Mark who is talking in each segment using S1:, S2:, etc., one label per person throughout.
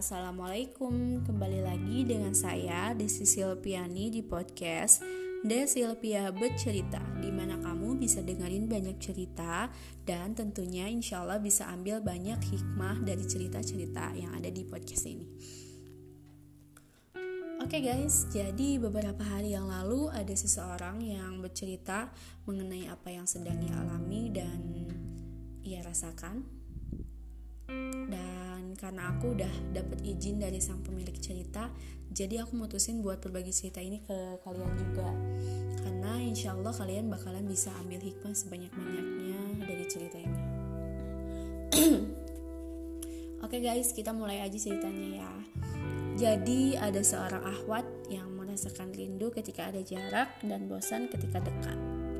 S1: Assalamualaikum, kembali lagi dengan saya Desi Silviani di podcast Desi Silvia Bercerita, di mana kamu bisa dengerin banyak cerita dan tentunya insya Allah bisa ambil banyak hikmah dari cerita-cerita yang ada di podcast ini. Oke guys, jadi beberapa hari yang lalu ada seseorang yang bercerita mengenai apa yang sedang ia alami dan ia rasakan. Dan karena aku udah dapet izin dari sang pemilik cerita, jadi aku mutusin buat berbagi cerita ini ke kalian juga. Karena insya Allah kalian bakalan bisa ambil hikmah sebanyak-banyaknya dari cerita ini. Oke guys, kita mulai aja ceritanya ya. Jadi ada seorang akhwat yang merasakan rindu ketika ada jarak dan bosan ketika dekat.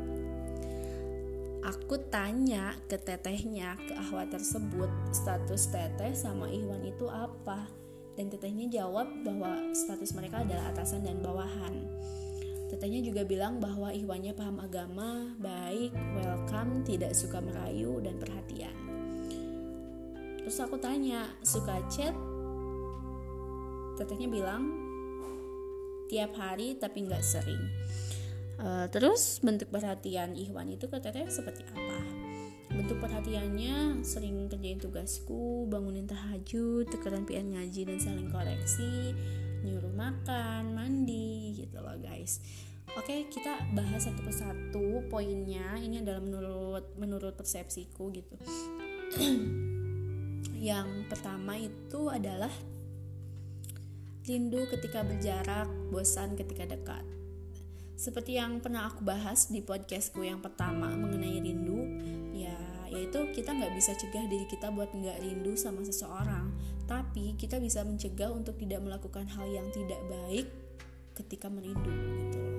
S1: Aku tanya ke tetehnya, ke akhwat tersebut, status teteh sama Ikhwan itu apa? Dan tetehnya jawab bahwa status mereka adalah atasan dan bawahan. Tetehnya juga bilang bahwa Ikhwannya paham agama, baik, welcome, tidak suka merayu, dan perhatian. Terus aku tanya, suka chat? Tetehnya bilang, tiap hari tapi gak sering. Terus bentuk perhatian Ikhwan itu ke teteh seperti apa? Bentuk perhatiannya sering kerjain tugasku, bangunin tahajud, tukeran PR ngaji dan saling koreksi, nyuruh makan, mandi gitu loh guys. Oke, kita bahas satu persatu poinnya. Ini adalah menurut persepsiku gitu. Yang pertama itu adalah rindu ketika berjarak, bosan ketika dekat. Seperti yang pernah aku bahas di podcastku yang pertama mengenai rindu, yaitu kita gak bisa cegah diri kita buat gak rindu sama seseorang, tapi kita bisa mencegah untuk tidak melakukan hal yang tidak baik ketika merindu gitu loh.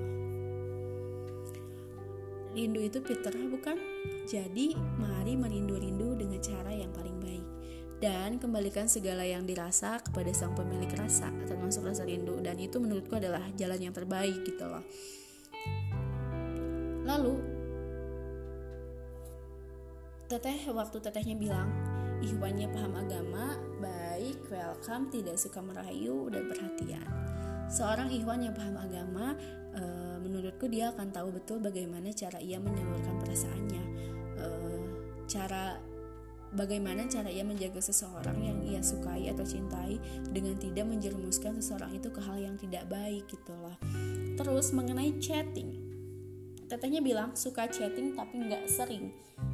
S1: Rindu itu fitrah bukan? Jadi mari merindu-rindu dengan cara yang paling baik dan kembalikan segala yang dirasa kepada sang pemilik rasa, termasuk rasa rindu, dan itu menurutku adalah jalan yang terbaik gitu loh. Lalu waktu tetehnya bilang Ikhwannya paham agama, baik, welcome, tidak suka merayu, dan perhatian. Seorang Ikhwan yang paham agama, menurutku dia akan tahu betul bagaimana cara ia menyalurkan perasaannya, bagaimana cara ia menjaga seseorang yang ia sukai atau cintai dengan tidak menjerumuskan seseorang itu ke hal yang tidak baik gitu loh. Terus mengenai chatting, tetehnya bilang suka chatting tapi gak sering.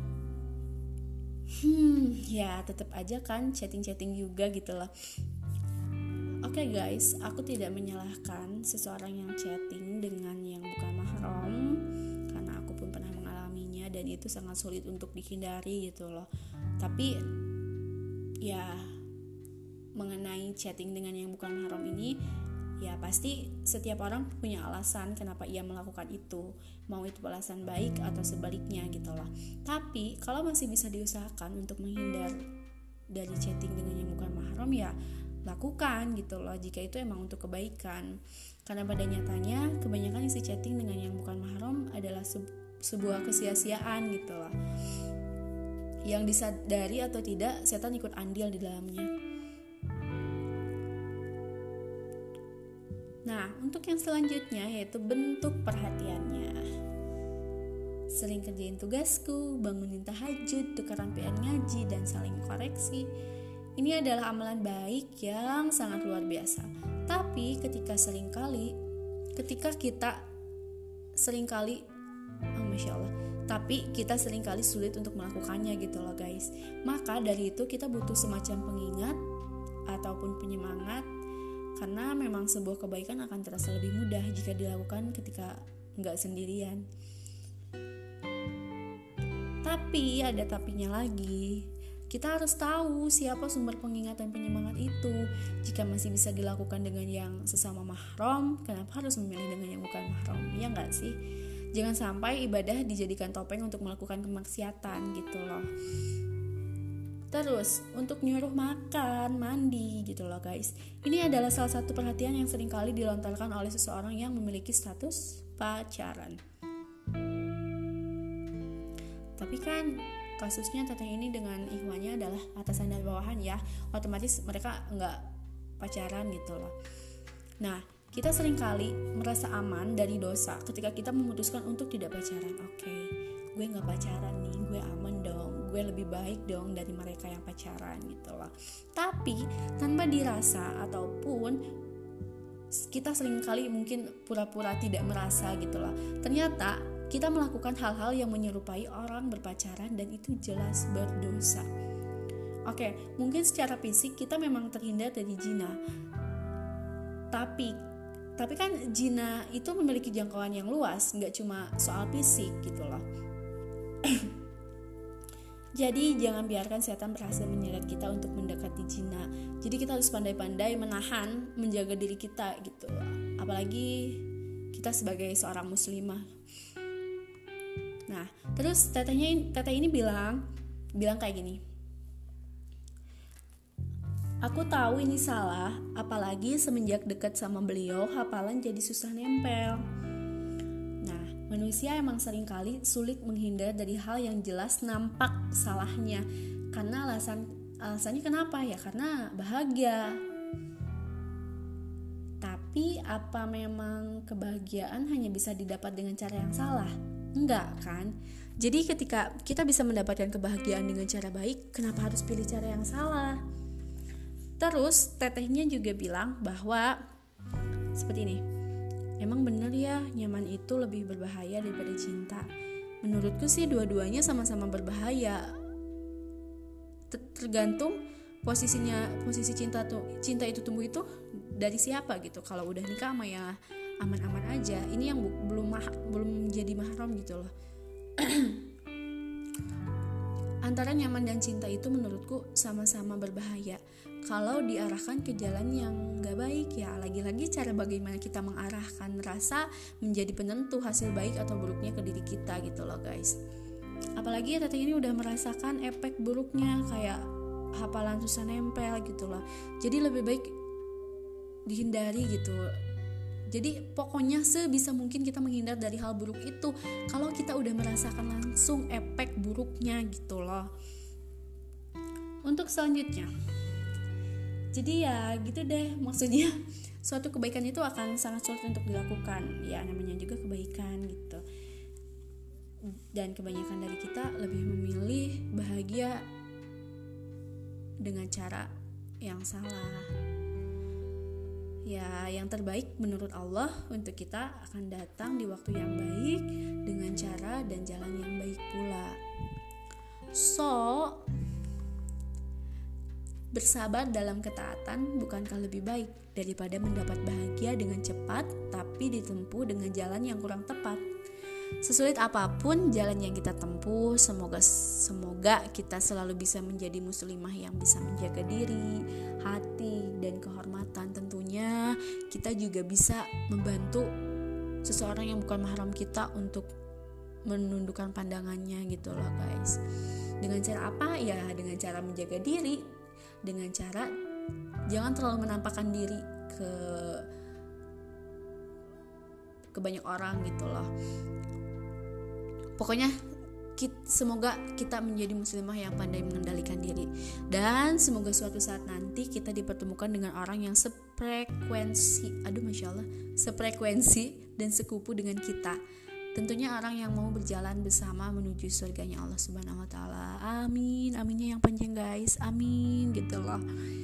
S1: Ya tetap aja kan chatting-chatting juga gitu loh. Oke guys, aku tidak menyalahkan seseorang yang chatting dengan yang bukan mahram, karena aku pun pernah mengalaminya dan itu sangat sulit untuk dihindari gitu loh. Tapi ya mengenai chatting dengan yang bukan mahram ini, ya pasti setiap orang punya alasan kenapa ia melakukan itu, mau itu alasan baik atau sebaliknya gitu loh. Tapi kalau masih bisa diusahakan untuk menghindar dari chatting dengan yang bukan mahram, ya lakukan gitu loh jika itu emang untuk kebaikan. Karena pada nyatanya kebanyakan isi chatting dengan yang bukan mahram adalah sebuah kesia-siaan gitu loh, yang disadari atau tidak setan ikut andil di dalamnya. Nah, untuk yang selanjutnya yaitu bentuk perhatiannya. Sering kerjain tugasku, bangunin tahajud, tukeran PR ngaji, dan saling koreksi. Ini adalah amalan baik yang sangat luar biasa. Tapi kita seringkali sulit untuk melakukannya gitu loh guys. Maka dari itu kita butuh semacam pengingat ataupun penyemangat, karena memang sebuah kebaikan akan terasa lebih mudah jika dilakukan ketika gak sendirian. Tapi ada tapinya lagi. Kita harus tahu siapa sumber pengingat dan penyemangat itu. Jika masih bisa dilakukan dengan yang sesama mahram, kenapa harus memilih dengan yang bukan mahram? Ya gak sih? Jangan sampai ibadah dijadikan topeng untuk melakukan kemaksiatan gitu loh. Terus untuk nyuruh makan, mandi gitu loh guys. Ini adalah salah satu perhatian yang seringkali dilontarkan oleh seseorang yang memiliki status pacaran. Tapi kan kasusnya teteh ini dengan Ikhwannya adalah atasan dan bawahan ya, otomatis mereka nggak pacaran gitu loh. Nah, kita seringkali merasa aman dari dosa ketika kita memutuskan untuk tidak pacaran. Oke, gue gak pacaran nih, gue aman dong, gue lebih baik dong dari mereka yang pacaran gitu loh. Tapi tanpa dirasa ataupun kita seringkali mungkin pura-pura tidak merasa gitu loh, ternyata kita melakukan hal-hal yang menyerupai orang berpacaran dan itu jelas berdosa. Oke, mungkin secara fisik kita memang terhindar dari zina, tapi kan zina itu memiliki jangkauan yang luas, nggak cuma soal fisik gitu loh. Jadi jangan biarkan setan berhasil menyeret kita untuk mendekati zina. Jadi kita harus pandai-pandai menahan, menjaga diri kita gitu. Apalagi kita sebagai seorang muslimah. Nah, terus teteh ini bilang kayak gini. Aku tahu ini salah, apalagi semenjak dekat sama beliau, hafalan jadi susah nempel. Manusia emang seringkali sulit menghindar dari hal yang jelas nampak salahnya. Karena alasannya kenapa? Ya karena bahagia. Tapi apa memang kebahagiaan hanya bisa didapat dengan cara yang salah? Enggak kan? Jadi ketika kita bisa mendapatkan kebahagiaan dengan cara baik, kenapa harus pilih cara yang salah? Terus tetehnya juga bilang bahwa seperti ini. Emang bener ya, nyaman itu lebih berbahaya daripada cinta. Menurutku sih dua-duanya sama-sama berbahaya. Tergantung posisi cinta itu tumbuh itu dari siapa gitu. Kalau udah nikah mah ya aman-aman aja. Ini yang belum jadi mahram gitu loh. Antara nyaman dan cinta itu menurutku sama-sama berbahaya. Kalau diarahkan ke jalan yang gak baik, ya lagi-lagi cara bagaimana kita mengarahkan rasa menjadi penentu hasil baik atau buruknya ke diri kita gitu loh guys. Apalagi teteh ini udah merasakan efek buruknya kayak hafalan susah nempel gitu loh. Jadi lebih baik dihindari gitu. Jadi pokoknya sebisa mungkin kita menghindar dari hal buruk itu kalau kita udah merasakan langsung efek buruknya gitu loh. Untuk selanjutnya, jadi ya gitu deh, maksudnya suatu kebaikan itu akan sangat sulit untuk dilakukan. Ya namanya juga kebaikan gitu. Dan kebanyakan dari kita lebih memilih bahagia dengan cara yang salah. Ya yang terbaik menurut Allah untuk kita akan datang di waktu yang baik dengan cara dan jalan yang baik pula. So, bersabar dalam ketaatan bukankah lebih baik daripada mendapat bahagia dengan cepat tapi ditempuh dengan jalan yang kurang tepat? Sesulit apapun jalan yang kita tempuh, semoga kita selalu bisa menjadi muslimah yang bisa menjaga diri, hati, dan kehormatan. Tentunya kita juga bisa membantu seseorang yang bukan mahram kita untuk menundukkan pandangannya gitu loh guys. Dengan cara apa? Ya dengan cara menjaga diri, dengan cara jangan terlalu menampakkan diri ke banyak orang gitu loh. Pokoknya semoga kita menjadi muslimah yang pandai mengendalikan diri. Dan semoga suatu saat nanti kita dipertemukan dengan orang yang sefrekuensi dan sekupu dengan kita. Tentunya orang yang mau berjalan bersama menuju surganya Allah Subhanahu wa taala. Amin. Aminnya yang panjang guys. Amin gitu loh.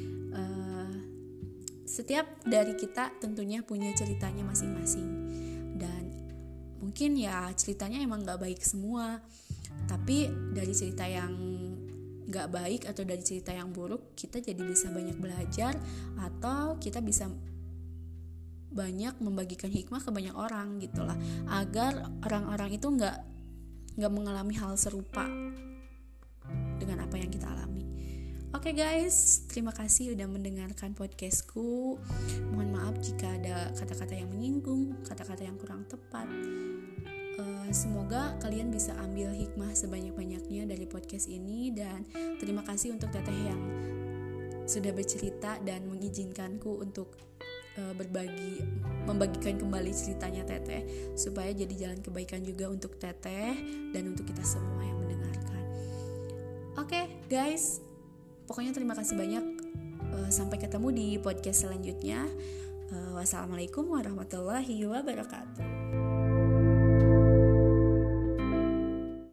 S1: Setiap dari kita tentunya punya ceritanya masing-masing. Dan mungkin ya ceritanya emang gak baik semua, tapi dari cerita yang gak baik atau dari cerita yang buruk kita jadi bisa banyak belajar, atau kita bisa banyak membagikan hikmah ke banyak orang gitu lah, agar orang-orang itu gak mengalami hal serupa dengan apa yang kita alami. Oke guys, terima kasih udah mendengarkan podcastku. Mohon maaf jika ada kata-kata yang menyinggung, kata-kata yang kurang tepat. Semoga kalian bisa ambil hikmah sebanyak-banyaknya dari podcast ini. Dan terima kasih untuk teteh yang sudah bercerita dan mengizinkanku untuk membagikan kembali ceritanya teteh, supaya jadi jalan kebaikan juga untuk teteh dan untuk kita semua yang mendengarkan. Oke guys, pokoknya terima kasih banyak Sampai ketemu di podcast selanjutnya. Wassalamualaikum warahmatullahi wabarakatuh.